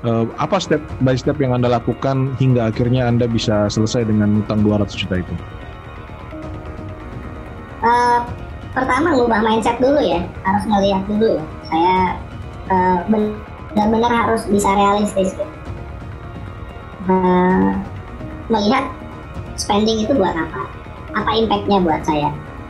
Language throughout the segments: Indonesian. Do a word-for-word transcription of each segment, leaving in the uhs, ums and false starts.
Uh, apa step by step yang Anda lakukan hingga akhirnya Anda bisa selesai dengan utang dua ratus juta itu? Uh, pertama ngubah mindset dulu ya, harus ngelihat dulu ya. Saya uh, benar-benar harus bisa realistis gitu. Uh, melihat spending itu buat apa, apa impactnya buat saya.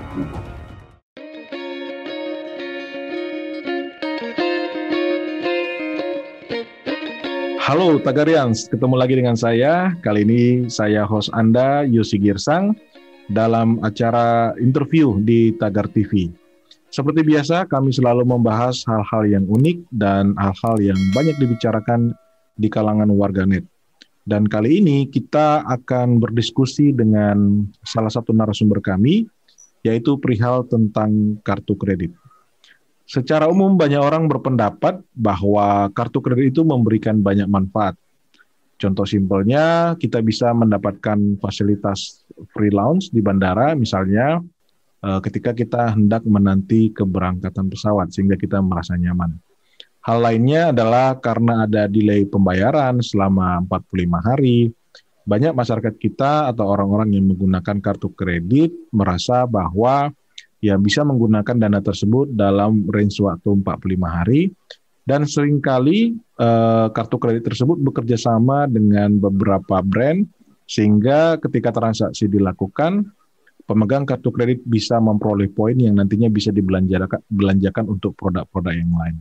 Halo Tagarians, ketemu lagi dengan saya. Kali ini saya host Anda, Yosi Girsang, dalam acara interview di Tagar T V. Seperti biasa, kami selalu membahas hal-hal yang unik dan hal-hal yang banyak dibicarakan di kalangan warganet. Dan kali ini kita akan berdiskusi dengan salah satu narasumber kami, yaitu perihal tentang kartu kredit. Secara umum banyak orang berpendapat bahwa kartu kredit itu memberikan banyak manfaat. Contoh simpelnya, kita bisa mendapatkan fasilitas free lounge di bandara, misalnya ketika kita hendak menanti keberangkatan pesawat, sehingga kita merasa nyaman. Hal lainnya adalah karena ada delay pembayaran selama empat puluh lima hari, banyak masyarakat kita atau orang-orang yang menggunakan kartu kredit merasa bahwa ya bisa menggunakan dana tersebut dalam range waktu empat puluh lima hari, dan seringkali eh, kartu kredit tersebut bekerja sama dengan beberapa brand, sehingga ketika transaksi dilakukan, pemegang kartu kredit bisa memperoleh poin yang nantinya bisa dibelanjakan belanjakan untuk produk-produk yang lain.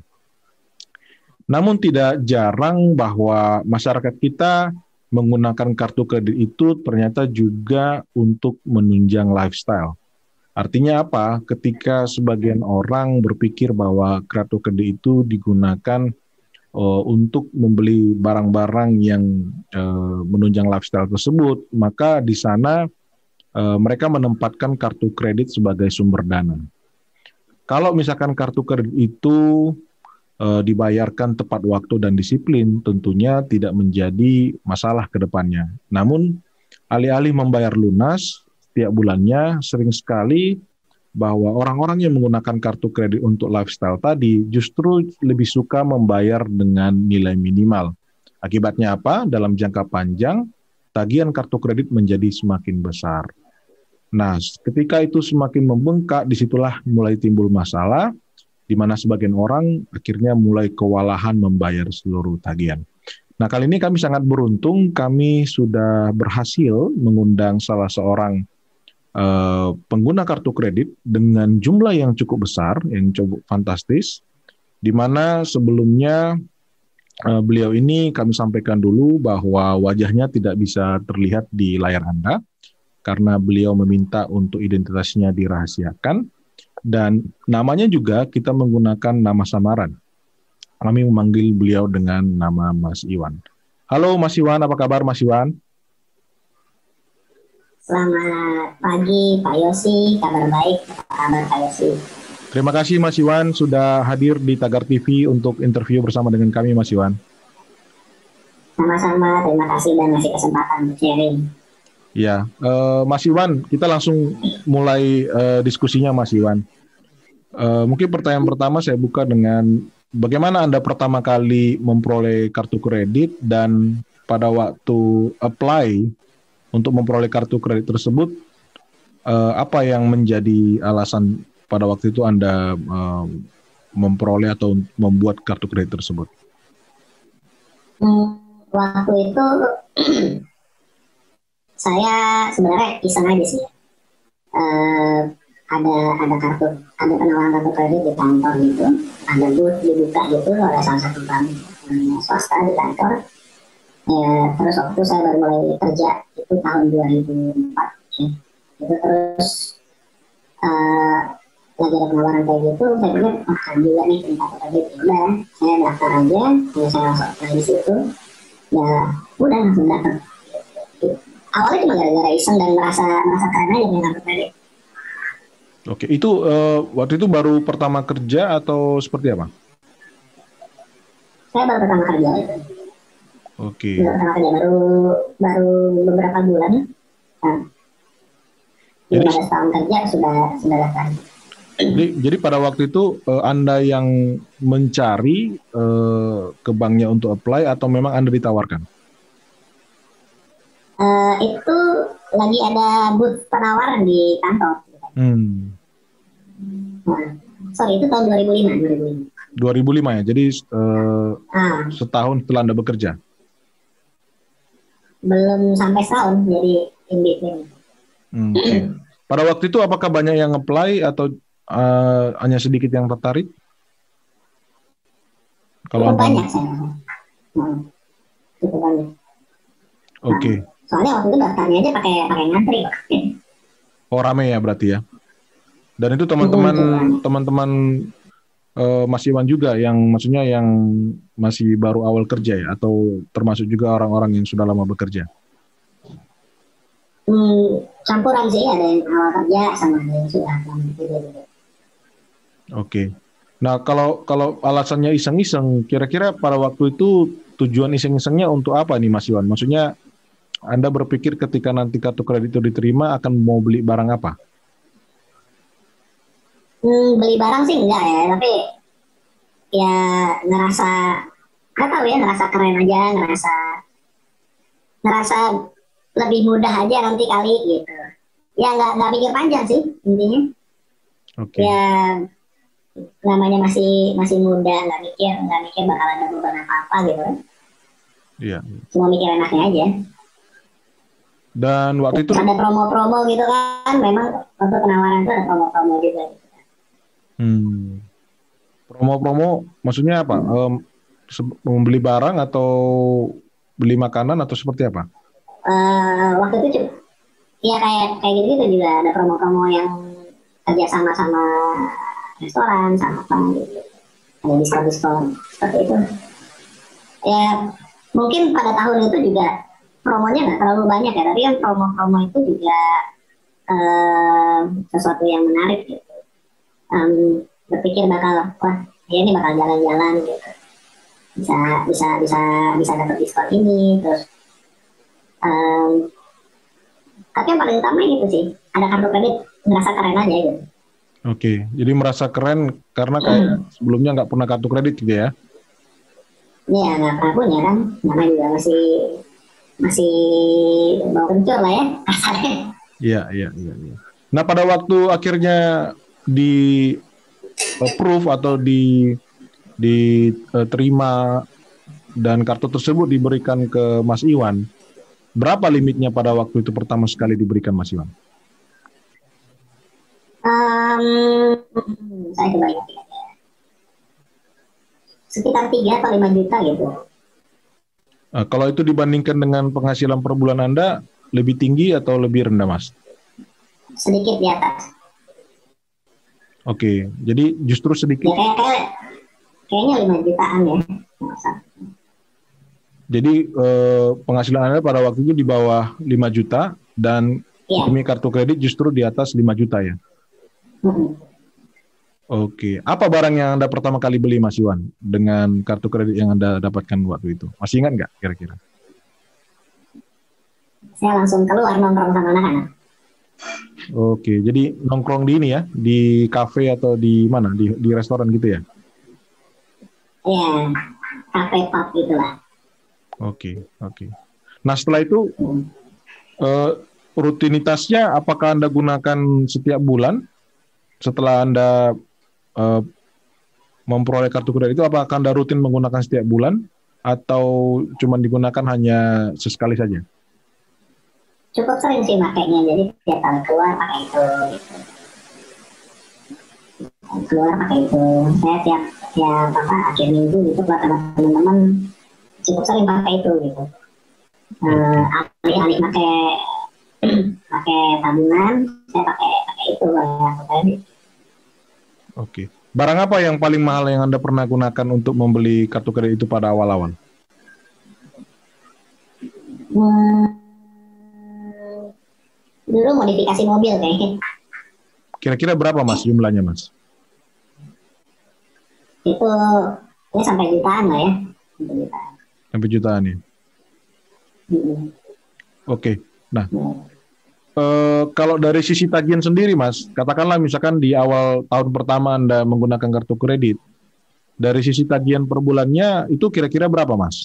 Namun tidak jarang bahwa masyarakat kita menggunakan kartu kredit itu ternyata juga untuk menunjang lifestyle. Artinya apa? Ketika sebagian orang berpikir bahwa kartu kredit itu digunakan uh, untuk membeli barang-barang yang uh, menunjang lifestyle tersebut, maka di sana uh, mereka menempatkan kartu kredit sebagai sumber dana. Kalau misalkan kartu kredit itu uh, dibayarkan tepat waktu dan disiplin, tentunya tidak menjadi masalah ke depannya. Namun, alih-alih membayar lunas setiap bulannya, sering sekali bahwa orang-orang yang menggunakan kartu kredit untuk lifestyle tadi justru lebih suka membayar dengan nilai minimal. Akibatnya apa? Dalam jangka panjang, tagihan kartu kredit menjadi semakin besar. Nah, ketika itu semakin membengkak, disitulah mulai timbul masalah, di mana sebagian orang akhirnya mulai kewalahan membayar seluruh tagihan. Nah, kali ini kami sangat beruntung, kami sudah berhasil mengundang salah seorang Uh, pengguna kartu kredit dengan jumlah yang cukup besar, yang cukup fantastis, di mana sebelumnya uh, beliau ini kami sampaikan dulu bahwa wajahnya tidak bisa terlihat di layar Anda, karena beliau meminta untuk identitasnya dirahasiakan, dan namanya juga kita menggunakan nama samaran. Kami memanggil beliau dengan nama Mas Iwan. Halo Mas Iwan, apa kabar Mas Iwan? Selamat pagi Pak Yosi, kabar baik, apa kabar Pak Yosi? Terima kasih Mas Iwan sudah hadir di Tagar T V untuk interview bersama dengan kami Mas Iwan. Sama-sama, terima kasih dan ngasih kesempatan untuk sharing. Ya, uh, Mas Iwan, kita langsung mulai uh, diskusinya Mas Iwan. Uh, mungkin pertanyaan pertama saya buka dengan bagaimana Anda pertama kali memperoleh kartu kredit dan pada waktu apply untuk memperoleh kartu kredit tersebut, uh, apa yang menjadi alasan pada waktu itu Anda uh, memperoleh atau membuat kartu kredit tersebut? Hmm, waktu itu saya sebenarnya iseng aja sih. Uh, ada ada kartu, ada penawaran kartu kredit di kantor gitu, ada booth dibuka gitu oleh salah satu bank swasta di kantor. Ya, terus waktu itu saya baru mulai kerja itu tahun dua ribu empat ya. Itu terus uh, lagi ada penawaran kayak gitu, saya pikir oh kan juga nih kartu kredit. Udah, saya daftar aja, ya saya langsung apply di situ, ya udah langsung daftar. Awalnya cuma gara-gara iseng dan merasa merasa keren aja punya kartu kredit. Oke, itu uh, waktu itu baru pertama kerja atau seperti apa? Saya baru pertama kerja itu. Oke. Okay. Baru, baru baru beberapa bulan. Nah, lima belas tahun kerja sudah sudah daftar. Jadi, jadi pada waktu itu eh, Anda yang mencari eh, ke banknya untuk apply atau memang Anda ditawarkan? Eh, itu lagi ada booth penawaran di kantor. Hmm. Nah, sorry itu tahun dua ribu lima. dua ribu lima ya, jadi eh, Ah, setahun setelah Anda bekerja. belum sampai setahun jadi in between. Hmm, oke. Pada waktu itu apakah banyak yang apply atau eh, hanya sedikit yang tertarik? Kalau Cukup Anda, banyak saya rasa. Hmm, cukup banyak. Nah, oke. soalnya waktu itu daftarnya aja pakai pakai ngantri. Oh, rame ya berarti ya. Dan itu Hmm, teman-teman cukup banyak. teman-teman eh, Mas Iwan juga yang maksudnya yang masih baru awal kerja ya, atau termasuk juga orang-orang yang sudah lama bekerja. Hmm, campuran sih, ada yang awal kerja sama ada yang sudah lama kerja juga. Oke. Nah, kalau kalau alasannya iseng-iseng, kira-kira pada waktu itu tujuan iseng-isengnya untuk apa nih Mas Iwan? Maksudnya Anda berpikir ketika nanti kartu kredit itu diterima akan mau beli barang apa? Hmm, beli barang sih enggak ya, tapi ya ngerasa, nggak tahu ya, ngerasa keren aja, ngerasa ngerasa lebih mudah aja nanti kali gitu. Ya nggak nggak mikir panjang sih intinya. Oke. Ya namanya masih masih muda, nggak mikir nggak mikir bakal ada beban apa apa gitu kan. Iya. Cuma mikir enaknya aja. Dan waktu itu Terus ada promo-promo gitu kan, memang untuk penawaran itu ada promo-promo juga. hmm, promo-promo maksudnya apa? Em, se- membeli barang atau beli makanan atau seperti apa? Eh, waktu itu cu- ya kayak kayak gitu gitu juga ada promo-promo yang kerja sama sama restoran sama apa gitu, ada diskon-diskon seperti itu. Ya mungkin pada tahun itu juga promonya nggak terlalu banyak ya, tapi kan promo-promo itu juga eh, sesuatu yang menarik gitu. Em, berpikir bakal wah ya ini bakal jalan-jalan gitu, bisa bisa bisa bisa dapat diskon ini terus. em, tapi yang paling utama itu sih ada kartu kredit, ngerasa keren aja gitu. Oke, jadi merasa keren karena kayak sebelumnya nggak pernah kartu kredit gitu ya? Ya nggak pernah punya kan, namanya juga masih masih mau kencur lah ya kasarnya. Iya, iya, iya, iya. Nah, pada waktu akhirnya di approve atau di diterima dan kartu tersebut diberikan ke Mas Iwan, berapa limitnya pada waktu itu pertama sekali diberikan Mas Iwan? Um, saya coba ingat ya. Sekitar tiga atau lima juta gitu. Nah, kalau itu dibandingkan dengan penghasilan per bulan Anda, lebih tinggi atau lebih rendah, Mas? Sedikit di atas. Oke, jadi justru sedikit. Ya kayak, kayak kayaknya lima jutaan ya. Jadi eh, penghasilan Anda pada waktu itu di bawah lima juta dan Iya. demi kartu kredit justru di atas lima juta ya. Mm-mm. Oke, apa barang yang Anda pertama kali beli Mas Iwan dengan kartu kredit yang Anda dapatkan waktu itu? Masih ingat nggak kira-kira? Saya langsung keluar nongkrong sama anak-anak. Oke, jadi nongkrong di ini ya, di kafe atau di mana? Di, di restoran gitu ya? Iya, kafe pub gitulah. Oke, oke. Nah setelah itu Hmm. eh, rutinitasnya apakah Anda gunakan setiap bulan setelah Anda eh, memperoleh kartu kredit itu, apakah Anda rutin menggunakan setiap bulan atau cuma digunakan hanya sesekali saja? Cukup sering sih makainya, jadi tiap kali keluar pakai itu. Gitu. Keluar pakai itu. Saya tiap tiap apa akhir minggu gitu keluar sama teman-teman cukup sering pakai itu gitu. Uh, alih-alih pakai pakai tabungan, saya pakai pakai itu kartu kredit. Oke. Barang apa yang paling mahal yang Anda pernah gunakan untuk membeli kartu kredit itu pada awal-awal? Hmm, dulu modifikasi mobil kayaknya. Kira-kira berapa Mas jumlahnya Mas? Itu ya sampai jutaan lah ya. Sampai jutaan. Sampai jutaan ya? Hmm. Oke. Nah, Hmm. Eh, kalau dari sisi tagihan sendiri, Mas, katakanlah misalkan di awal tahun pertama Anda menggunakan kartu kredit, dari sisi tagihan per bulannya itu kira-kira berapa, Mas?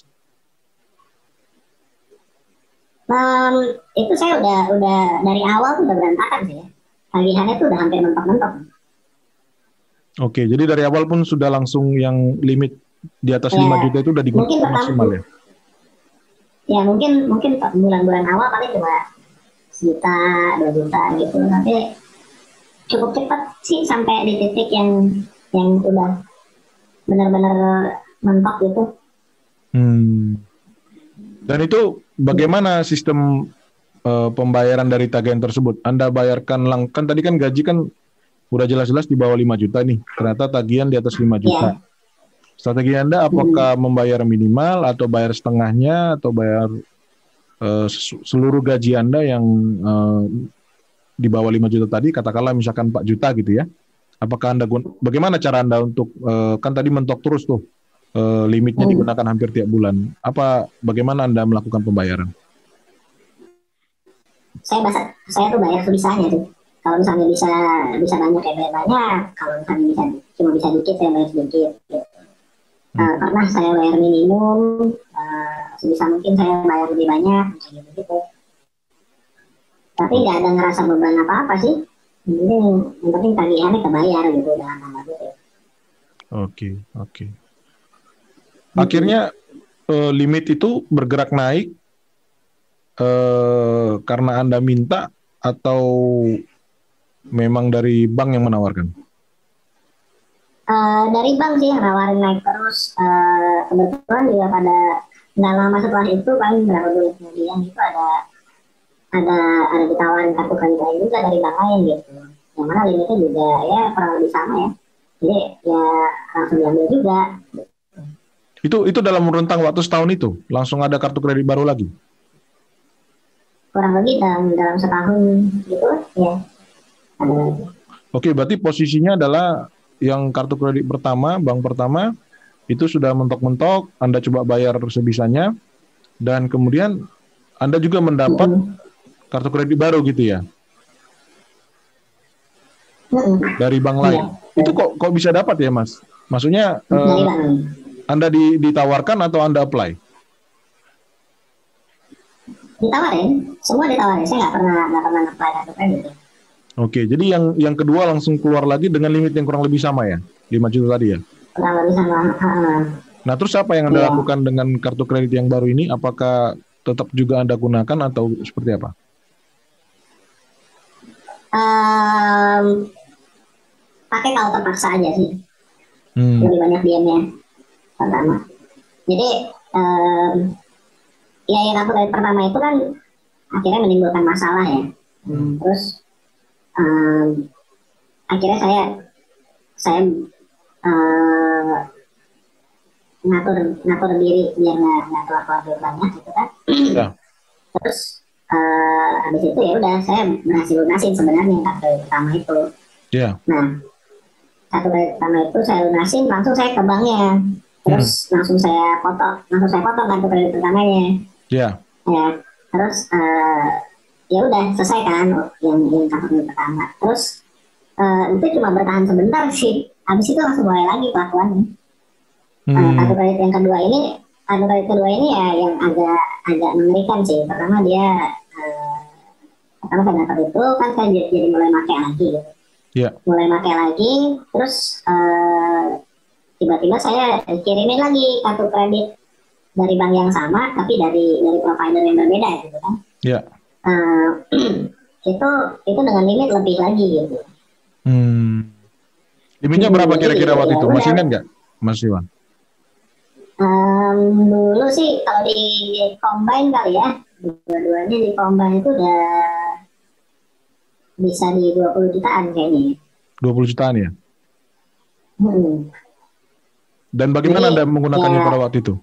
Um, itu saya udah udah dari awal tuh udah berantakan sih ya. Tagihannya tuh udah hampir mentok-mentok. Oke, jadi dari awal pun sudah langsung yang limit di atas Ya, lima juta itu udah mungkin digunakan pertama, maksimal ya? ya mungkin mungkin bulan-bulan awal paling cuma sejuta, dua juta gitu. Tapi cukup cepat sih sampai di titik yang yang udah benar-benar mentok gitu. Hmm. Dan itu bagaimana sistem uh, pembayaran dari tagihan tersebut? Anda bayarkan lang kan tadi kan gaji kan udah jelas-jelas di bawah lima juta nih. Ternyata tagihan di atas lima juta. Ya. Strategi Anda apakah hmm. membayar minimal atau bayar setengahnya atau bayar uh, seluruh gaji Anda yang uh, di bawah lima juta tadi, katakanlah misalkan empat juta gitu ya. Apakah Anda bagaimana cara Anda untuk uh, kan tadi mentok terus tuh uh, limitnya hmm. digunakan hampir tiap bulan. Apa bagaimana Anda melakukan pembayaran? Saya bahasa, saya tuh bayar sebisanya tuh. Kalau misalnya bisa bisa banyak ya bayar banyak, kalau misalnya bisa cuma bisa dikit saya bayar sedikit. Gitu. Hmm. Uh, pernah saya bayar minimum, uh, sebisa mungkin saya bayar lebih banyak, gitu gitu. Tapi nggak ada ngerasa beban apa-apa sih. Jadi yang penting tagihannya kebayar gitu dengan tambah gitu. Oke, oke. Akhirnya uh, limit itu bergerak naik uh, karena Anda minta atau memang dari bank yang menawarkan? Uh, dari bank sih yang nawarin naik terus. Uh, kebetulan juga pada nggak lama setelah itu kan berapa bulan kemudian itu ada ada ada ditawarin kartu kredit lain juga dari bank lain gitu. Yang mana limitnya juga ya kurang lebih sama ya. Jadi ya langsung diambil juga. Itu itu dalam rentang waktu setahun itu langsung ada kartu kredit baru lagi? Kurang lebih dalam dalam setahun gitu ya. Ada lagi. Oke, berarti posisinya adalah yang kartu kredit pertama, bank pertama itu sudah mentok-mentok, Anda coba bayar sebisanya, dan kemudian Anda juga mendapat mm-hmm. kartu kredit baru gitu ya? Mm-hmm. Dari bank lain. Yeah. Itu kok kok bisa dapat ya, Mas? Maksudnya eh, Anda di, ditawarkan atau Anda apply? Ditawarin, semua ditawarin. Saya nggak pernah nggak pernah apply kartu kredit. Oke, jadi yang yang kedua langsung keluar lagi dengan limit yang kurang lebih sama ya, lima juta tadi ya? Kurang lebih sama. Uh, nah, terus apa yang Anda yeah. lakukan dengan kartu kredit yang baru ini? Apakah tetap juga Anda gunakan atau seperti apa? Um, pakai kalau terpaksa aja sih. Hmm. Lebih banyak diamnya pertama. Jadi um, ya yang kartu kredit pertama itu kan akhirnya menimbulkan masalah ya. Hmm. Terus Um, akhirnya saya saya uh, ngatur ngatur diri biar nggak nggak keluar keluar duit banyak gitu kan. Yeah. Terus uh, habis itu ya udah saya berhasil lunasin sebenarnya kartu pertama itu. Yeah. Nah kartu pertama itu saya lunasin langsung saya ke banknya. Terus hmm. langsung saya potong langsung saya potong kartu kredit pertamanya. Yeah. Ya terus uh, ya udah selesai kan yang yang kartu pertama. Terus uh, itu cuma bertahan sebentar sih. Habis itu langsung mulai lagi kelakuannya. Hmm. Uh, kartu kredit yang kedua ini, kartu kredit kedua ini ya yang agak agak mengerikan sih. Pertama dia uh, pertama saya dapat itu kan saya jadi, jadi mulai pakai lagi gitu. Yeah. Mulai pakai lagi, terus uh, tiba-tiba saya kirimin lagi kartu kredit dari bank yang sama tapi dari dari provider yang berbeda gitu kan. Iya. Yeah. Uh, itu itu dengan limit lebih lagi gitu. Hmm. Limitnya berapa kira-kira waktu itu? Masih ingat nggak, Mas Iwan? Um, dulu sih kalau di combine kali ya, dua-duanya di combine itu udah bisa di dua puluh jutaan kayaknya. dua puluh jutaan ya? Hmm. Dan bagaimana Jadi, Anda menggunakannya ya, pada waktu itu?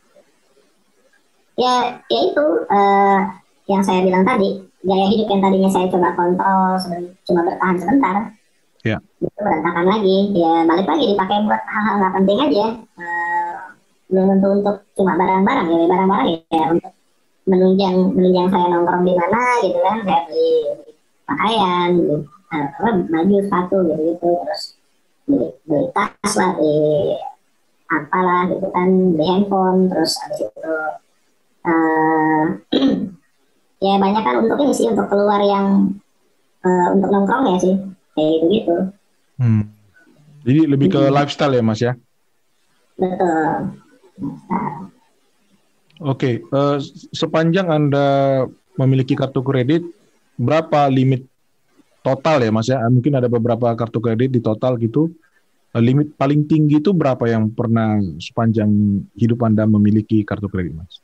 Ya, ya itu. Uh, yang saya bilang tadi, gaya hidup yang tadinya saya coba kontrol, cuma bertahan sebentar, ya. Itu berantakan lagi, ya balik lagi dipakai buat hal-hal nggak penting aja, uh, belum tentu untuk cuma barang-barang, ya barang-barang ya untuk menunjang menunjang saya nongkrong di mana gitu kan, saya beli pakaian, beli apa, baju, sepatu gitu gitu, terus beli, beli tas lah, beli apalah gitu kan, beli handphone, terus habis itu uh, ya banyak kan untuk ini sih, untuk keluar yang uh, untuk nongkrong ya sih, kayak gitu gitu. Hmm. Jadi lebih ke hmm. lifestyle ya Mas ya? Betul. Oke, okay. uh, sepanjang Anda memiliki kartu kredit, berapa limit total ya Mas ya? Mungkin ada beberapa kartu kredit di total gitu. Uh, limit paling tinggi itu berapa yang pernah sepanjang hidup Anda memiliki kartu kredit Mas?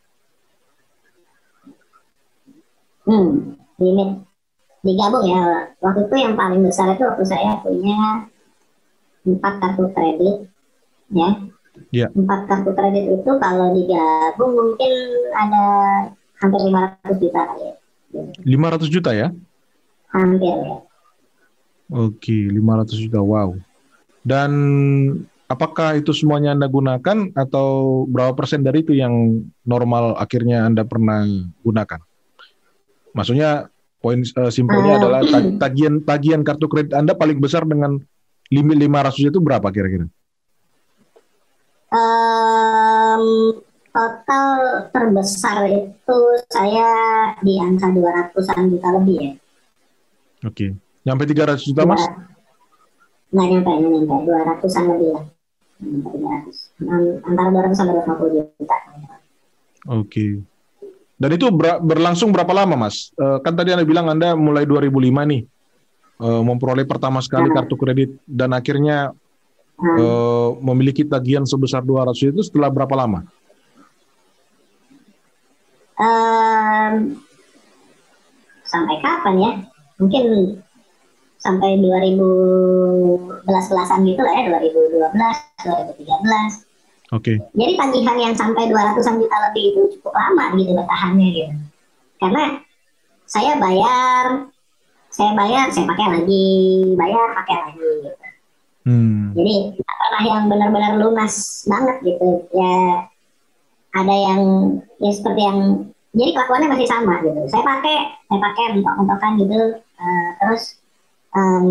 Hmm, limit digabung ya. Waktu itu yang paling besar itu waktu saya punya empat kartu kredit, ya. Yeah. Empat kartu kredit itu kalau digabung mungkin ada hampir lima ratus juta ya. lima ratus juta ya? Hampir ya. Oke, lima ratus juta, wow. Dan apakah itu semuanya Anda gunakan atau berapa persen dari itu yang normal akhirnya Anda pernah gunakan? Maksudnya poin uh, simpelnya uh, adalah tagihan tagihan kartu kredit Anda paling besar dengan limit lima ratus juta itu berapa kira-kira? Um, total terbesar itu saya di angka dua ratusan juta lebih ya. Oke, okay. Nyampe tiga ratus juta Mas? Nggak nyampe, nggak nyampe, dua ratusan lebih lah. tiga ratus. Antara dua ratus sampai dua ratus lima puluh juta. Oke. Okay. Dan itu ber- berlangsung berapa lama Mas? Uh, kan tadi Anda bilang Anda mulai dua ribu lima nih, uh, memperoleh pertama sekali nah. kartu kredit dan akhirnya Hmm. Uh, memiliki tagihan sebesar dua ratus itu setelah berapa lama? Um, sampai kapan ya? Mungkin sampai dua ribu sebelas-belasan gitu lah ya, dua ribu dua belas, dua ribu tiga belas. Oke. Okay. Jadi tagihan yang sampai dua ratusan juta lebih itu cukup lama gitu bertahannya gitu. Karena saya bayar, saya bayar, saya pakai lagi, bayar, pakai lagi gitu. Hmm. Jadi pernah yang benar-benar lunas banget gitu ya, ada yang ya seperti yang jadi kelakuannya masih sama gitu, saya pakai saya pakai mentok-mentokan gitu, uh, terus um,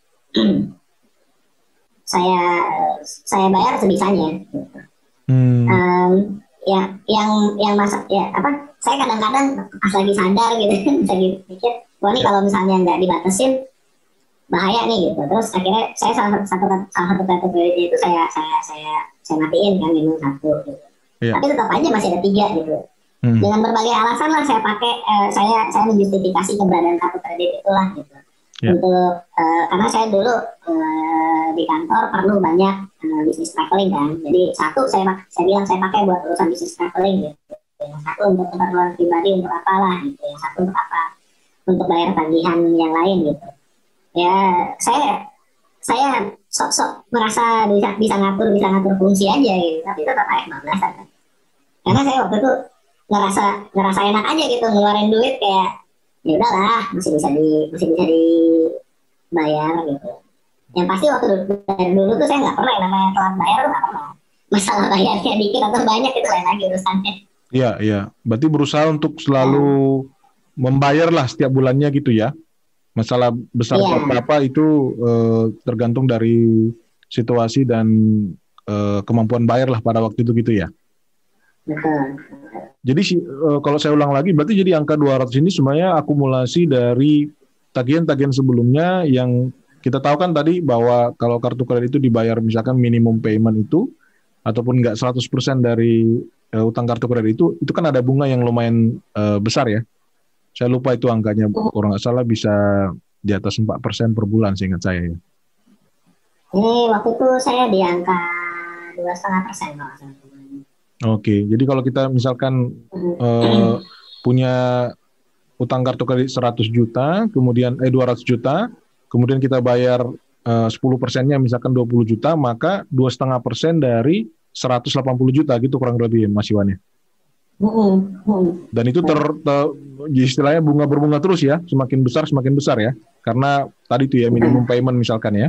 saya saya bayar sebisanya gitu. hmm. um, ya yang yang masa ya apa saya kadang-kadang pas lagi sadar gitu bisa dipikir wah ini kalau misalnya nggak dibatasin bahaya nih gitu. Terus akhirnya saya salah satu salah satu kartu kredit itu saya saya saya saya matiin kan minum satu gitu. Yeah. Tapi tetap aja masih ada tiga gitu. Hmm. Dengan berbagai alasan lah saya pakai eh, saya saya menjustifikasi keberadaan kartu kredit itulah gitu. Yeah. Untuk eh, karena saya dulu eh, di kantor perlu banyak eh, bisnis traveling kan. Jadi satu saya saya bilang saya pakai buat urusan bisnis traveling gitu. Yang satu untuk keperluan pribadi untuk apalah gitu. Yang satu untuk apa? Untuk bayar tagihan yang lain gitu. Ya saya saya sok-sok merasa bisa bisa ngatur bisa ngatur fungsi aja gitu, tapi tetap aja kebablasan kan. Karena saya waktu itu ngerasa ngerasa enak aja gitu ngeluarin duit kayak ya udahlah masih bisa di masih bisa dibayar gitu. Yang pasti waktu dulu, dari dulu tuh saya nggak pernah yang namanya telat bayar tuh nggak pernah. Masalah bayarnya dikit atau banyak itu lain lagi urusannya. Iya iya, berarti berusaha untuk selalu ya. membayar lah setiap bulannya gitu ya. Masalah besar yeah. atau apa itu uh, tergantung dari situasi dan uh, kemampuan bayar lah pada waktu itu gitu ya. Betul. Jadi uh, kalau saya ulang lagi berarti jadi angka dua ratus ini semuanya akumulasi dari tagihan-tagihan sebelumnya yang kita tahu kan tadi bahwa kalau kartu kredit itu dibayar misalkan minimum payment itu ataupun enggak seratus persen dari uh, utang kartu kredit itu itu kan ada bunga yang lumayan uh, besar ya. Saya lupa itu angkanya, kalau nggak salah bisa di atas empat persen per bulan seingat saya ya. Ini waktu itu saya di angka dua koma lima persen. Oke, jadi kalau kita misalkan uh, punya utang kartu kredit seratus juta, kemudian eh dua ratus juta, kemudian kita bayar uh, sepuluh persennya misalkan dua puluh juta, maka dua koma lima persen dari seratus delapan puluh juta gitu kurang lebih Mas Iwan ya. Dan itu ter, ter istilahnya bunga berbunga terus ya, semakin besar semakin besar ya, karena tadi itu ya minimum payment misalkan ya.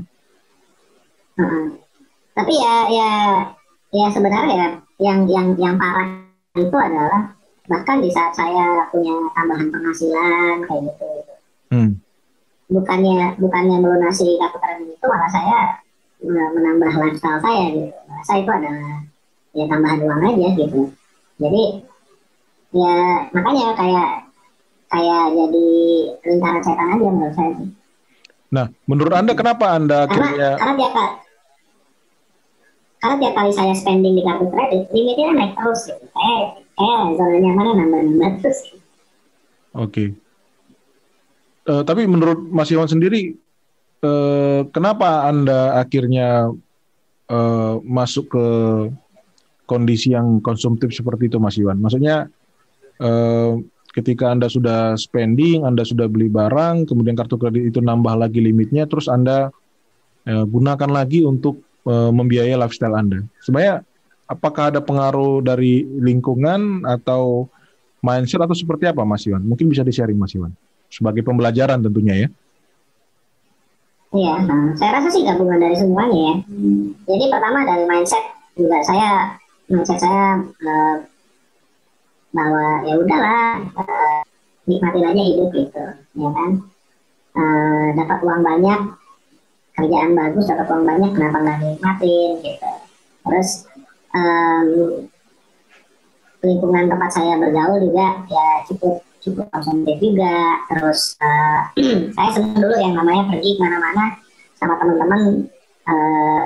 Uh, tapi ya ya ya sebenarnya ya yang yang yang parah itu adalah bahkan di saat saya punya tambahan penghasilan kayak gitu, Hmm. bukannya bukannya melunasi kartu kredit itu, malah saya menambah lifestyle saya gitu. Saya itu adalah ya tambahan uang aja gitu. Jadi ya makanya kayak kayak jadi lingkaran setan aja menurut saya sih. Nah, menurut Anda kenapa Anda Karena akhirnya karena tiap kali karena tiap kali saya spending di kartu kredit limitnya naik terus gitu. Saya saya zona nyamannya nambah-nambah terus. Gitu. Oke. Okay. Uh, tapi menurut Mas Iwan sendiri, uh, kenapa Anda akhirnya uh, masuk ke kondisi yang konsumtif seperti itu, Mas Iwan? Maksudnya, uh, ketika Anda sudah spending, Anda sudah beli barang, kemudian kartu kredit itu nambah lagi limitnya, terus Anda uh, gunakan lagi untuk uh, membiayai lifestyle Anda. Sebenarnya, apakah ada pengaruh dari lingkungan atau mindset atau seperti apa, Mas Iwan? Mungkin bisa di-sharing, Mas Iwan. Sebagai pembelajaran tentunya ya. Iya, nah, saya rasa sih gabungan dari semuanya ya. Hmm. Jadi pertama dari mindset juga saya, mindset saya uh, bahwa ya udahlah uh, nikmatin aja hidup gitu, ya kan. Uh, dapat uang banyak, kerjaan bagus, dapat uang banyak, kenapa nggak nikmatin gitu. Terus um, lingkungan tempat saya bergaul juga ya cukup cukup konsumtif juga. Terus uh, saya senang dulu yang namanya pergi kemana-mana sama teman-teman. Uh,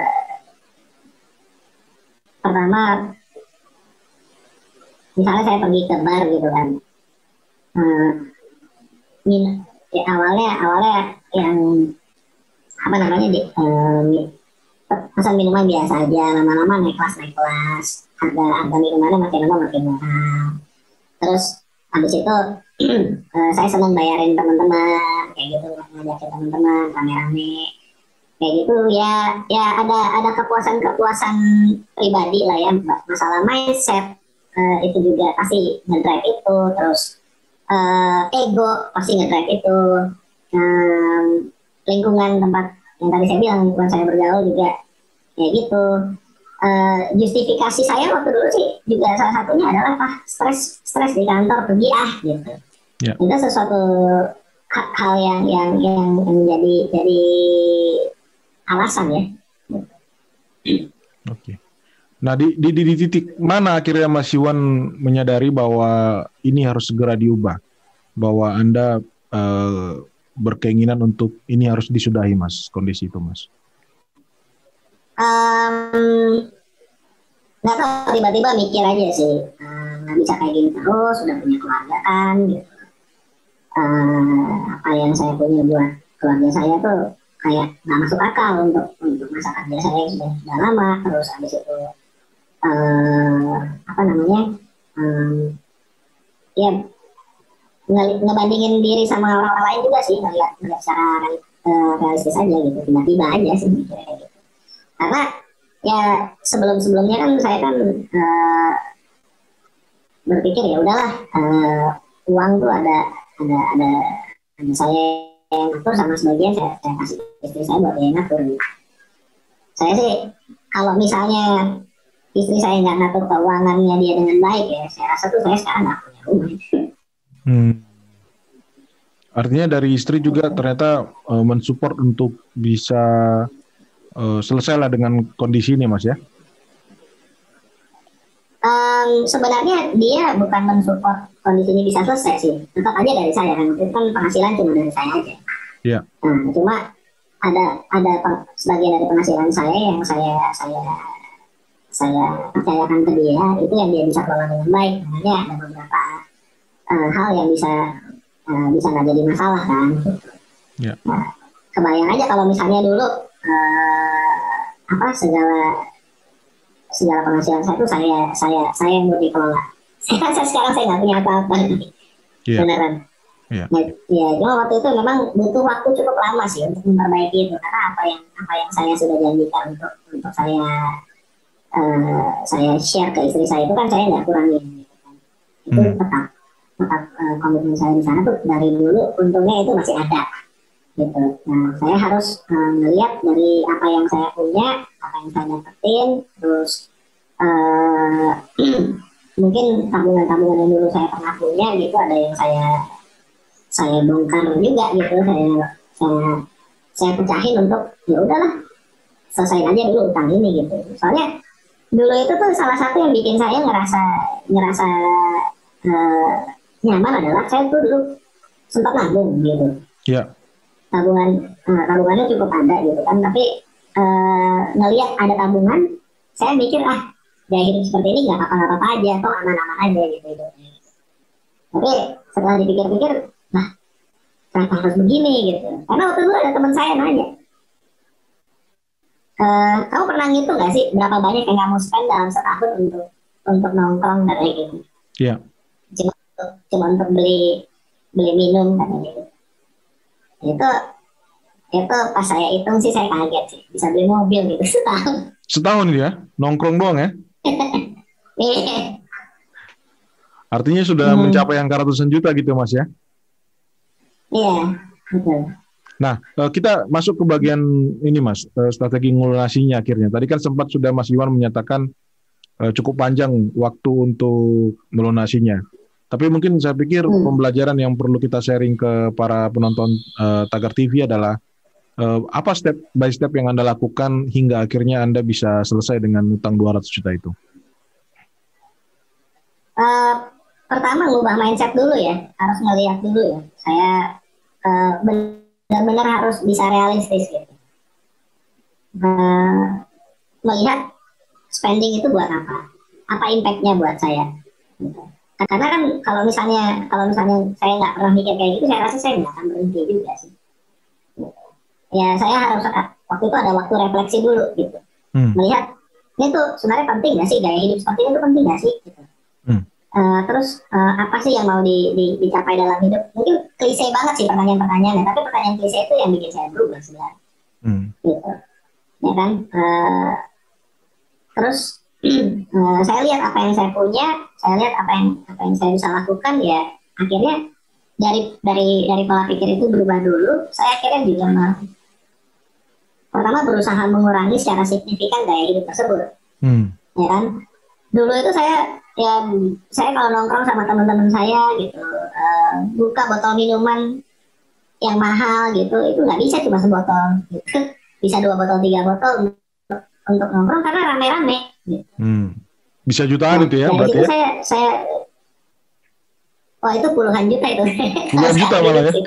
pertama misalnya saya pergi ke bar gitu kan, uh, min ya, awalnya awalnya yang apa namanya di uh, pesan minuman biasa aja, lama-lama naik kelas naik kelas harga harga minumannya makin lama makin mahal. Terus habis itu uh, saya senang bayarin teman-teman kayak gitu, ngajakin teman-teman rame-rame kayak gitu ya. Ya ada ada kepuasan-kepuasan pribadi lah ya. Masalah mindset uh, itu juga pasti ngedrive itu. Terus uh, ego pasti ngedrive itu. um, Lingkungan tempat yang tadi saya bilang, lingkungan saya bergaul juga kayak gitu. Uh, justifikasi saya waktu dulu sih juga salah satunya adalah apa, stres stres di kantor, pergi ah gitu. Yeah. Itu sesuatu hal yang yang yang menjadi jadi alasan ya. Oke. Okay. Nah di, di di titik mana akhirnya Mas Iwan menyadari bahwa ini harus segera diubah, bahwa Anda uh, berkeinginan untuk ini harus disudahi, Mas, kondisi itu, Mas? Um, nggak tahu, tiba-tiba mikir aja sih, nggak uh, bisa kayak gini terus, sudah punya keluarga kan gitu. Uh, apa yang saya punya buat keluarga saya tuh kayak nggak masuk akal untuk untuk masa kerja saya yang sudah, sudah lama. Terus habis itu uh, apa namanya um, ya nge- ngebandingin diri sama orang lain juga sih, ngeliat ngeliat secara uh, realistis aja gitu, tiba-tiba aja sih mikirnya kayak gitu. Karena ya sebelum-sebelumnya kan saya kan uh, berpikir ya udahlah, uh, uang tuh ada ada ada ada saya yang ngatur, sama sebagian saya, saya kasih istri saya buat dia ngatur. Saya sih kalau misalnya istri saya nggak ngatur keuangannya dia dengan baik ya, saya rasa tuh saya sekarang nggak punya rumah. Hmm. Artinya dari istri juga ternyata uh, mensupport untuk bisa Uh, selesai lah dengan kondisi ini, Mas ya? Um, sebenarnya dia bukan mensupport kondisi ini bisa selesai sih, tetap aja dari saya kan, itu kan penghasilan cuma dari saya aja. Iya. Nah, cuma ada ada sebagian dari penghasilan saya yang saya saya saya percayakan ke dia, itu yang dia bisa kelola dengan baik. Makanya ada beberapa uh, hal yang bisa uh, bisa nggak jadi masalah kan. Iya. Nah, kebayang aja kalau misalnya dulu Uh, apa segala segala penghasilan saya itu saya saya saya yang dikelola. Saya, saya sekarang saya nggak punya apa-apa, yeah. Beneran. Yeah. Nah, ya, cuma waktu itu memang butuh waktu cukup lama sih untuk memperbaiki itu, karena apa yang apa yang saya sudah janjikan untuk untuk saya uh, saya share ke istri saya itu kan saya nggak kurangin. Gitu kan. Itu hmm. tetap tetap uh, komitmen saya di sana tuh dari dulu, untungnya itu masih ada. Gitu. Nah, saya harus uh, melihat dari apa yang saya punya, apa yang saya dapetin, terus uh, mungkin tabungan-tabungan yang dulu saya pernah punya gitu ada yang saya saya bongkar juga gitu, saya saya saya pecahin untuk ya udahlah selesai aja dulu utang ini gitu. Soalnya dulu itu tuh salah satu yang bikin saya ngerasa ngerasa uh, nyaman adalah saya tuh dulu sempat nabung gitu. Iya. Tabungan uh, tabungannya cukup ada gitu kan, tapi uh, ngelihat ada tabungan, saya mikir ah gaya hidup seperti ini nggak apa-apa aja, toh aman-aman aja gitu, gitu. Tapi setelah dipikir-pikir, nah kenapa harus begini gitu? Karena waktu itu ada teman saya nanya, e, kamu pernah ngitung nggak sih berapa banyak yang kamu spend dalam setahun untuk untuk nongkrong dan kayak gitu? Iya. Cuma untuk cuma untuk beli beli minum dan gitu. Itu itu pas saya hitung sih saya kaget sih, bisa beli mobil gitu setahun. Setahun ya, nongkrong doang ya? Artinya sudah hmm. mencapai angka ratusan juta gitu Mas ya? Iya, betul. Nah, kita masuk ke bagian ini Mas, strategi ngelunasinya akhirnya. Tadi kan sempat sudah Mas Iwan menyatakan cukup panjang waktu untuk melunasinya. Tapi mungkin saya pikir hmm. pembelajaran yang perlu kita sharing ke para penonton uh, Tagar T V adalah uh, apa step by step yang Anda lakukan hingga akhirnya Anda bisa selesai dengan utang dua ratus juta itu? Uh, pertama ngubah mindset dulu ya, harus ngelihat dulu ya. Saya uh, benar-benar harus bisa realistis gitu. Uh, melihat spending itu buat apa? Apa impact-nya buat saya? Gitu. Karena kan kalau misalnya kalau misalnya saya nggak pernah mikir kayak gitu, saya rasa saya nggak akan berhenti juga sih. Ya saya harus waktu itu ada waktu refleksi dulu gitu, hmm. melihat ini tuh sebenarnya penting nggak sih, gaya hidup seperti ini tuh penting nggak sih? Gitu. Hmm. Uh, terus uh, apa sih yang mau di, di, dicapai dalam hidup? Mungkin klise banget sih pertanyaan-pertanyaannya, tapi pertanyaan klise itu yang bikin saya berubah sebenarnya. Hmm. Gitu, ya kan? Uh, terus uh, saya lihat apa yang saya punya, saya lihat apa yang apa yang saya bisa lakukan, ya akhirnya dari dari dari pola pikir itu berubah dulu. Saya akhirnya juga mau, pertama berusaha mengurangi secara signifikan gaya hidup tersebut, hmm. ya kan? Dulu itu saya ya saya kalau nongkrong sama teman-teman saya gitu, uh, buka botol minuman yang mahal gitu, itu nggak bisa cuma sebotol gitu, bisa dua botol tiga botol untuk, untuk nongkrong karena rame-rame gitu. Hmm. Bisa jutaan nah, itu ya berarti itu ya? saya saya oh itu puluhan juta itu. Puluhan juta malah ya?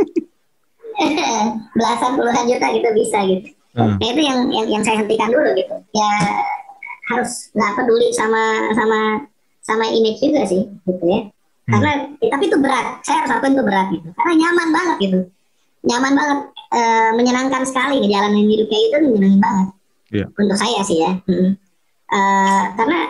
Belasan puluhan juta gitu bisa gitu. Hmm. Nah itu yang, yang yang saya hentikan dulu gitu. Ya harus nggak peduli sama sama sama image juga sih gitu ya. Hmm. Karena ya, tapi itu berat. Saya harus akuin itu berat gitu. Karena nyaman banget gitu. Nyaman banget, e, menyenangkan sekali ngejalanin hidup kayak gitu, menyenangin banget. Yeah. Untuk saya sih ya. Hmm. E, karena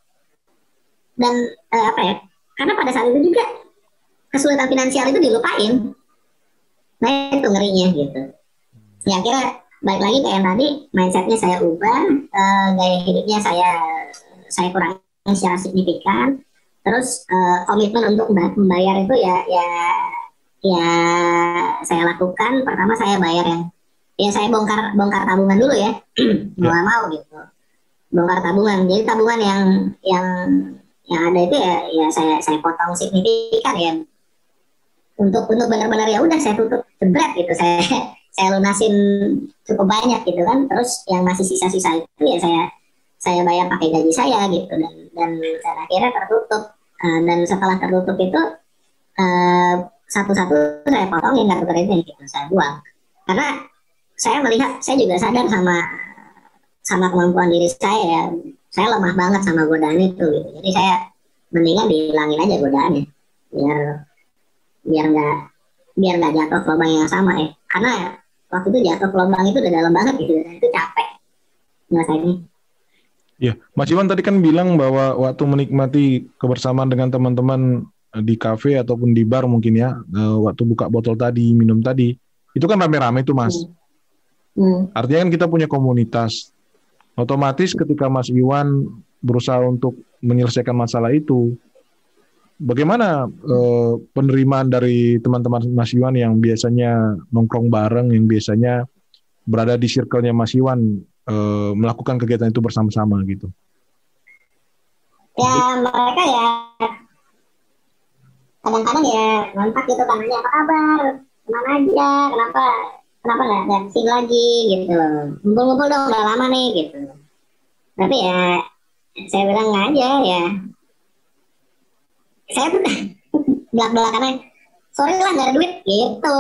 dan e, apa ya? Karena pada saat itu juga kesulitan finansial itu dilupain. Nah itu ngerinya gitu. Ya akhirnya balik lagi kayak yang tadi, mindsetnya saya ubah, uh, gaya hidupnya saya saya kurangi secara signifikan. Terus uh, komitmen untuk membayar itu ya ya ya saya lakukan. Pertama saya bayar yang ya saya bongkar bongkar tabungan dulu ya, mau nggak mau gitu, bongkar tabungan. Jadi tabungan yang yang yang ada itu ya ya saya saya potong signifikan ya. Untuk untuk benar-benar ya udah saya tutup jebret gitu, saya saya lunasin cukup banyak gitu kan. Terus yang masih sisa-sisa itu ya saya saya bayar pakai gaji saya gitu, dan dan, dan akhirnya tertutup. Uh, dan setelah tertutup itu uh, satu-satu saya potongin kartu kreditnya gitu, saya buang. Karena saya melihat, saya juga sadar sama sama kemampuan diri saya ya, saya lemah banget sama godaan itu gitu. Jadi saya mendingan dihilangin aja godaannya, biar biar nggak biar nggak jatuh ke lubang yang sama ya. Karena waktu itu jatuh ke lubang itu udah dalam banget gitu, dan itu capek ngerasainnya. Ya, Mas Iwan tadi kan bilang bahwa waktu menikmati kebersamaan dengan teman-teman di kafe ataupun di bar mungkin ya, waktu buka botol tadi, minum tadi, itu kan rame-rame tuh Mas. Hmm. Hmm. Artinya kan kita punya komunitas. Otomatis ketika Mas Iwan berusaha untuk menyelesaikan masalah itu, bagaimana eh, penerimaan dari teman-teman Mas Iwan yang biasanya nongkrong bareng, yang biasanya berada di circle-nya Mas Iwan, eh, melakukan kegiatan itu bersama-sama gitu? Ya mereka ya kadang-kadang ya ngontak gitu kan, nanya apa kabar, kemana aja, kenapa kenapa nggak nggak kesini lagi gitu, ngumpul-ngumpul dong udah lama nih gitu. Tapi ya saya bilang nggak aja ya, saya tuh belak-belakannya sorry lah nggak ada duit gitu.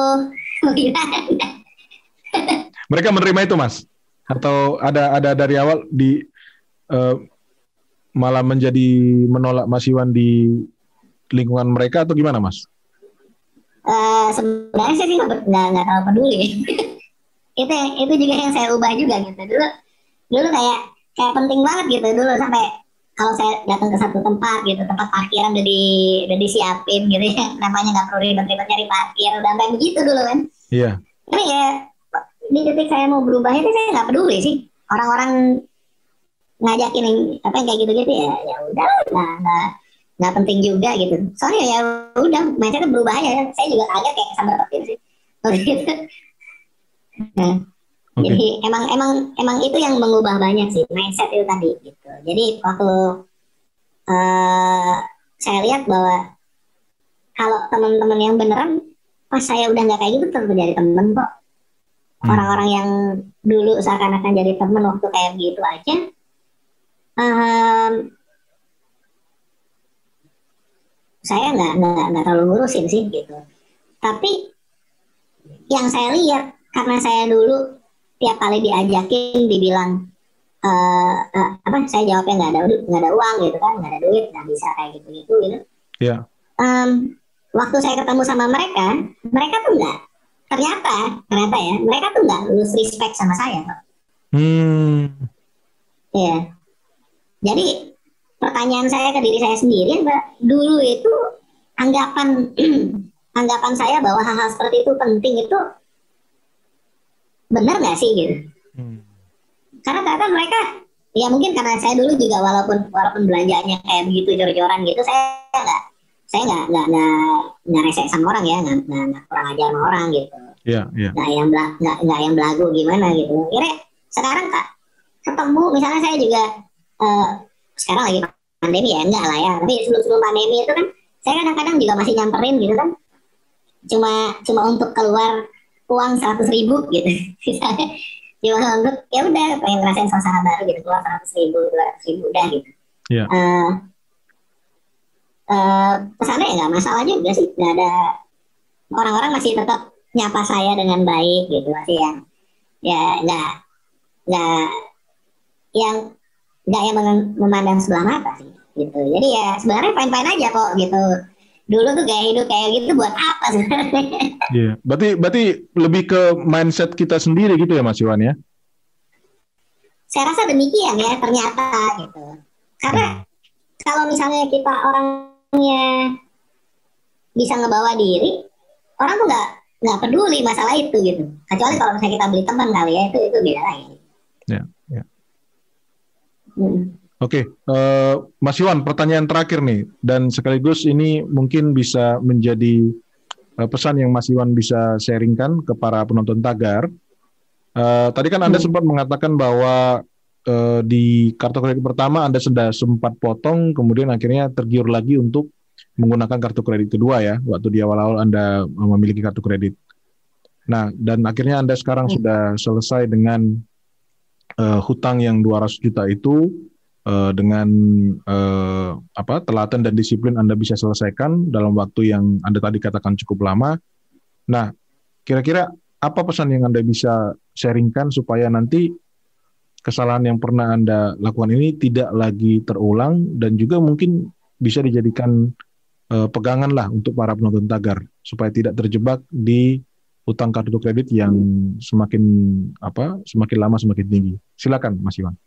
Mereka menerima itu, Mas? Atau ada ada dari awal di uh, malah menjadi menolak Mas Iwan di lingkungan mereka atau gimana, Mas? Uh, sebenarnya saya sih nggak nggak terlalu peduli. itu itu juga yang saya ubah juga gitu. Dulu dulu kayak kayak penting banget gitu dulu, sampai kalau saya datang ke satu tempat gitu, tempat parkiran udah di udah disiapin gitu ya, namanya nggak perlu ribet-ribet nyari parkir, udah sampai begitu dulu kan. Iya. Tapi ya di titik saya mau berubah itu saya nggak peduli sih orang-orang ngajakin yang apa yang kayak gitu-gitu, ya ya udah nggak nggak nggak penting juga gitu. Soalnya ya udah mindsetnya berubah ya. Saya juga kaget kayak kesambar petir sih. Gitu. Nah, okay. Jadi emang emang emang itu yang mengubah banyak sih mindset itu tadi gitu. Jadi waktu uh, saya lihat bahwa kalau teman-teman yang beneran pas saya udah nggak kayak gitu tetap jadi temen kok. Hmm. Orang-orang yang dulu seakan-akan jadi temen waktu kayak gitu aja, um, saya nggak nggak nggak terlalu ngurusin sih gitu. Tapi yang saya lihat, karena saya dulu tiap kali diajakin dibilang uh, uh, apa, saya jawabnya nggak ada nggak ada uang gitu kan, nggak ada duit, nggak bisa kayak gitu gitu gitu. Yeah. Um, waktu saya ketemu sama mereka, mereka tuh nggak, ternyata ternyata ya mereka tuh nggak lulus respect sama saya. Hmm. Ya. Yeah. Jadi pertanyaan saya ke diri saya sendiri, Mbak, dulu itu anggapan anggapan saya bahwa hal-hal seperti itu penting itu benar nggak sih gitu? Hmm. Karena ternyata mereka, ya mungkin karena saya dulu juga walaupun walaupun belanjanya kayak begitu jor-joran gitu, saya nggak saya nggak nggak nggak rese sama orang ya, nggak nggak kurang ajar sama orang gitu. Iya yeah, iya. Yeah. Nggak yang nggak nggak yang belagu gimana gitu. Kira sekarang kak ketemu misalnya saya juga uh, sekarang lagi pandemi ya, enggak lah ya, tapi sebelum-sebelum pandemi itu kan saya kadang-kadang juga masih nyamperin gitu kan, cuma cuma untuk keluar uang seratus ribu gitu. Cuma untuk ya udah pengen ngerasain suasana baru gitu, keluar seratus ribu dua ratus ribu udah gitu. Yeah. Uh, uh, kesana ya nggak masalah juga sih, nggak ada, orang-orang masih tetap nyapa saya dengan baik gitu, masih yang ya nggak nggak yang nggak yang memandang sebelah mata sih gitu. Jadi ya sebenarnya fine-fine aja kok gitu. Dulu tuh gaya hidup kayak gitu buat apa sebenarnya? Iya, yeah. berarti berarti lebih ke mindset kita sendiri gitu ya Mas Iwan ya? Saya rasa demikian ya ternyata gitu. Karena hmm. kalau misalnya kita orangnya bisa ngebawa diri, orang tuh nggak nggak peduli masalah itu gitu. Kecuali kalau misalnya kita beli teman kali ya, itu itu beda lagi. Ya, yeah, ya. Yeah. Hmm. Oke, okay. uh, Mas Iwan, pertanyaan terakhir nih, dan sekaligus ini mungkin bisa menjadi uh, pesan yang Mas Iwan bisa sharingkan ke para penonton Tagar. Uh, tadi kan Anda hmm. sempat mengatakan bahwa uh, di kartu kredit pertama Anda sudah sempat potong, kemudian akhirnya tergiur lagi untuk menggunakan kartu kredit kedua ya, waktu di awal-awal Anda memiliki kartu kredit. Nah, dan akhirnya Anda sekarang hmm. sudah selesai dengan uh, hutang yang dua ratus juta itu. Uh, dengan uh, apa telaten dan disiplin Anda bisa selesaikan dalam waktu yang Anda tadi katakan cukup lama. Nah, kira-kira apa pesan yang Anda bisa sharingkan supaya nanti kesalahan yang pernah Anda lakukan ini tidak lagi terulang, dan juga mungkin bisa dijadikan uh, pegangan lah untuk para penonton Tagar supaya tidak terjebak di utang kartu kredit yang semakin apa semakin lama semakin tinggi. Silakan Mas Iwan.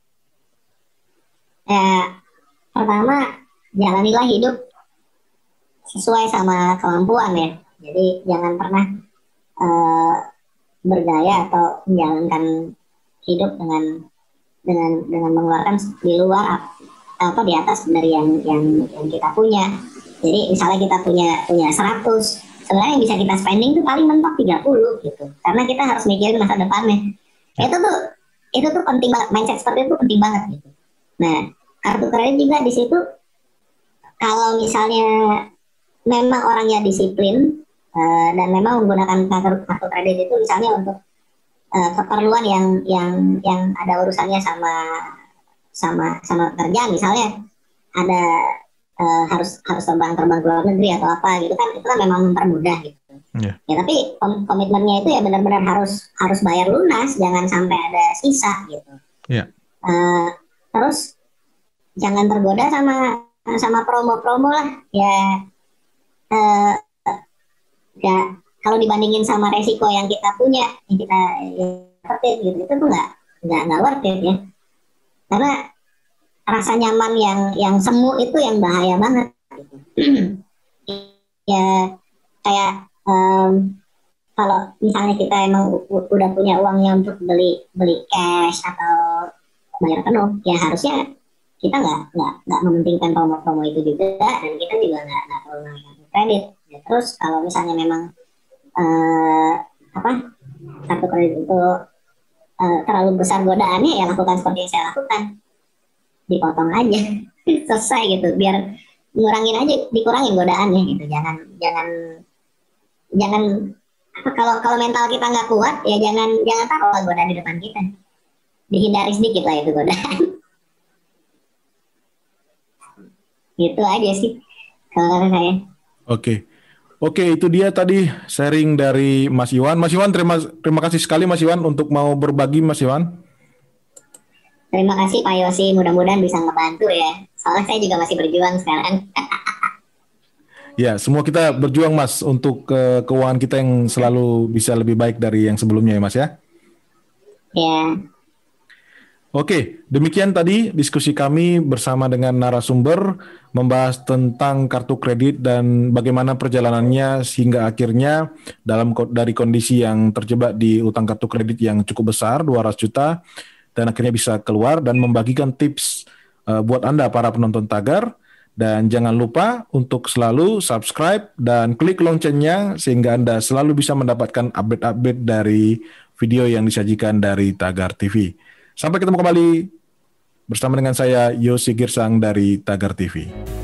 Ya, pertama jalanilah hidup sesuai sama kemampuan ya. Jadi jangan pernah uh, bergaya atau menjalankan hidup dengan dengan dengan mengeluarkan di luar apa di atas dari yang yang yang kita punya. Jadi misalnya kita punya punya seratus, sebenarnya yang bisa kita spending itu paling mentok tiga puluh gitu. Karena kita harus mikirin masa depannya. Itu tuh itu tuh penting banget, mindset seperti itu penting banget gitu. Nah, kartu kredit juga di situ kalau misalnya memang orangnya disiplin uh, dan memang menggunakan kartu, kartu kredit itu misalnya untuk uh, keperluan yang yang yang ada urusannya sama sama sama kerja, misalnya ada uh, harus harus terbang terbang ke luar negeri atau apa gitu kan, itu kan memang mempermudah gitu. Yeah. Ya tapi kom- komitmennya itu ya benar-benar harus harus bayar lunas, jangan sampai ada sisa gitu. Yeah. Uh, terus jangan tergoda sama sama promo-promo lah ya. Uh, ya kalau dibandingin sama resiko yang kita punya, yang kita ya, gitu, itu tuh nggak nggak nggak worth it ya. Karena rasa nyaman yang yang semu itu yang bahaya banget. Gitu. Ya kayak um, kalau misalnya kita emang u- udah punya uangnya untuk beli beli cash atau bayar penuh, ya harusnya kita nggak nggak nggak mementingkan promo-promo itu juga, dan kita juga nggak nggak perlu naikkan kredit. Ya, terus kalau misalnya memang uh, apa kartu kredit itu uh, terlalu besar godaannya, ya lakukan seperti yang saya lakukan, dipotong aja, selesai gitu, biar ngurangin aja, dikurangin godaannya gitu. Jangan jangan jangan apa, kalau kalau mental kita nggak kuat, ya jangan jangan taruh godaan di depan kita, dihindari sedikit lah itu godaan. Gitu aja sih kalau saya. Oke, oke, itu dia tadi sharing dari Mas Iwan. Mas Iwan, terima terima kasih sekali Mas Iwan untuk mau berbagi, Mas Iwan. Terima kasih Pak Yosi, mudah-mudahan bisa ngebantu ya. Soalnya saya juga masih berjuang sekarang. Ya, semua kita berjuang Mas untuk ke keuangan kita yang selalu bisa lebih baik dari yang sebelumnya ya Mas ya. Ya. Oke, demikian tadi diskusi kami bersama dengan narasumber membahas tentang kartu kredit dan bagaimana perjalanannya sehingga akhirnya dalam dari kondisi yang terjebak di utang kartu kredit yang cukup besar dua ratus juta dan akhirnya bisa keluar dan membagikan tips uh, buat Anda para penonton Tagar. Dan jangan lupa untuk selalu subscribe dan klik loncengnya sehingga Anda selalu bisa mendapatkan update-update dari video yang disajikan dari Tagar T V. Sampai ketemu kembali bersama dengan saya Yosi Girsang dari Tagar T V.